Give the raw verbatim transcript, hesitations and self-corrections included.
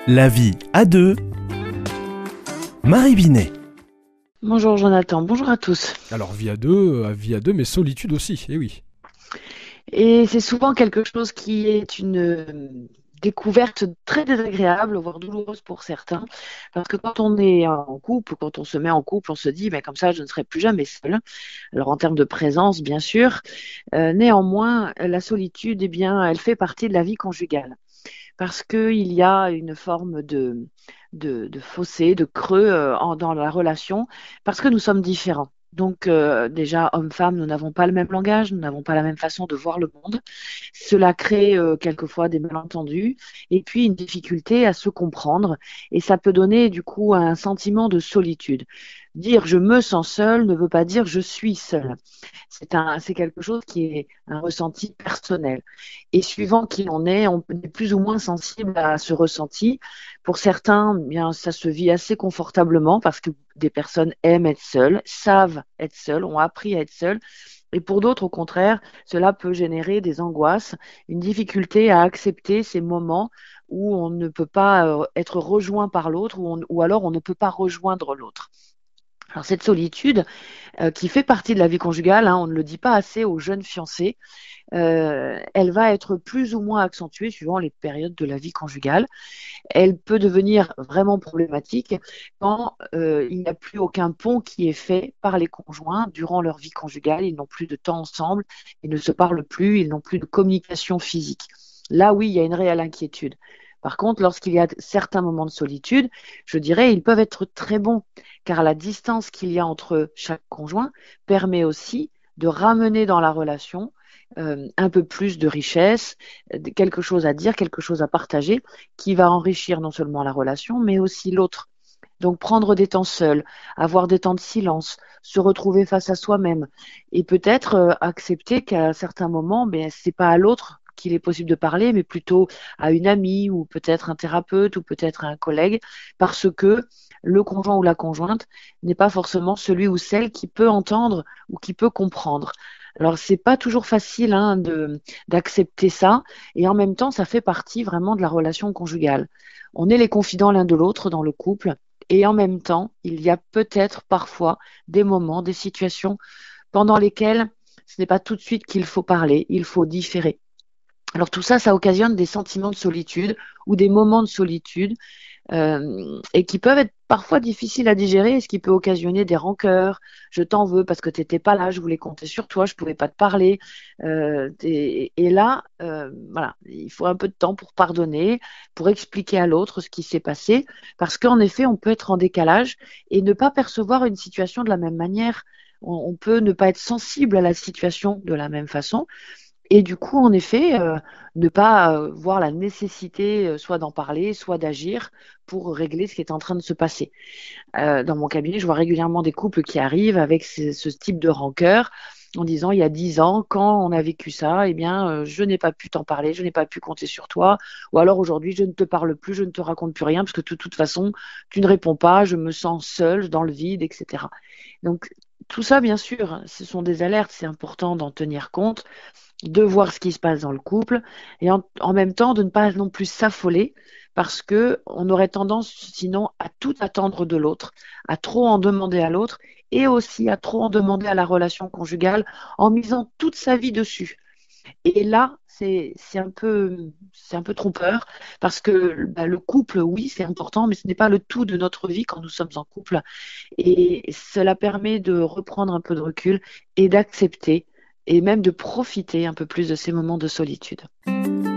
La vie à deux. Marie Binet. Bonjour Jonathan, bonjour à tous. Alors, vie à deux, euh, vie à deux, mais solitude aussi, eh oui. Et c'est souvent quelque chose qui est une euh, découverte très désagréable, voire douloureuse pour certains, parce que quand on est en couple, quand on se met en couple, on se dit, mais comme ça, je ne serai plus jamais seule. Alors en termes de présence, bien sûr, euh, néanmoins, la solitude, eh bien, elle fait partie de la vie conjugale, parce qu'il y a une forme de, de, de fossé, de creux euh, en- dans la relation, parce que nous sommes différents. Donc euh, déjà, hommes-femmes, nous n'avons pas le même langage, nous n'avons pas la même façon de voir le monde. Cela crée euh, quelquefois des malentendus et puis une difficulté à se comprendre. Et ça peut donner du coup un sentiment de solitude. Dire je me sens seul ne veut pas dire je suis seul. C'est un, c'est quelque chose qui est un ressenti personnel. Et suivant qui on est, on est plus ou moins sensible à ce ressenti. Pour certains, eh bien, ça se vit assez confortablement parce que des personnes aiment être seules, savent être seules, ont appris à être seules. Et pour d'autres, au contraire, cela peut générer des angoisses, une difficulté à accepter ces moments où on ne peut pas euh, être rejoint par l'autre ou, on- ou alors on ne peut pas rejoindre l'autre. Alors cette solitude, euh, qui fait partie de la vie conjugale, hein, on ne le dit pas assez aux jeunes fiancés, euh, elle va être plus ou moins accentuée suivant les périodes de la vie conjugale. Elle peut devenir vraiment problématique quand euh, il n'y a plus aucun pont qui est fait par les conjoints durant leur vie conjugale. Ils n'ont plus de temps ensemble, ils ne se parlent plus, ils n'ont plus de communication physique. Là, oui, il y a une réelle inquiétude. Par contre, lorsqu'il y a certains moments de solitude, je dirais, ils peuvent être très bons, car la distance qu'il y a entre chaque conjoint permet aussi de ramener dans la relation euh, un peu plus de richesse, euh, quelque chose à dire, quelque chose à partager, qui va enrichir non seulement la relation, mais aussi l'autre. Donc prendre des temps seuls, avoir des temps de silence, se retrouver face à soi-même et peut-être euh, accepter qu'à certains moments, ben, c'est pas à l'autre qu'il est possible de parler, mais plutôt à une amie ou peut-être un thérapeute ou peut-être un collègue, parce que le conjoint ou la conjointe n'est pas forcément celui ou celle qui peut entendre ou qui peut comprendre. Alors c'est pas toujours facile hein, de d'accepter ça, et en même temps ça fait partie vraiment de la relation conjugale. On est les confidents l'un de l'autre dans le couple. Et en même temps, il y a peut-être parfois des moments, des situations pendant lesquelles ce n'est pas tout de suite qu'il faut parler, il faut différer. Alors tout ça, ça occasionne des sentiments de solitude ou des moments de solitude euh, et qui peuvent être parfois difficiles à digérer, ce qui peut occasionner des rancœurs. Je t'en veux parce que tu n'étais pas là, je voulais compter sur toi, je ne pouvais pas te parler. Euh, et, et là, euh, voilà, il faut un peu de temps pour pardonner, pour expliquer à l'autre ce qui s'est passé, parce qu'en effet, on peut être en décalage et ne pas percevoir une situation de la même manière. On, on peut ne pas être sensible à la situation de la même façon. Et du coup, en effet, euh, ne pas euh, voir la nécessité euh, soit d'en parler, soit d'agir pour régler ce qui est en train de se passer. Euh, dans mon cabinet, je vois régulièrement des couples qui arrivent avec ce, ce type de rancœur en disant, il y a dix ans, quand on a vécu ça, eh bien, euh, je n'ai pas pu t'en parler, je n'ai pas pu compter sur toi, ou alors aujourd'hui, je ne te parle plus, je ne te raconte plus rien, parce que de toute façon, tu ne réponds pas, je me sens seule, dans le vide, et cetera. Donc, tout ça, bien sûr, ce sont des alertes, c'est important d'en tenir compte de voir ce qui se passe dans le couple et en, en même temps de ne pas non plus s'affoler parce que on aurait tendance sinon à tout attendre de l'autre, à trop en demander à l'autre et aussi à trop en demander à la relation conjugale en misant toute sa vie dessus. Et là, c'est c'est un peu c'est un peu trompeur parce que bah, le couple, oui, c'est important, mais ce n'est pas le tout de notre vie quand nous sommes en couple. Et cela permet de reprendre un peu de recul et d'accepter et même de profiter un peu plus de ces moments de solitude.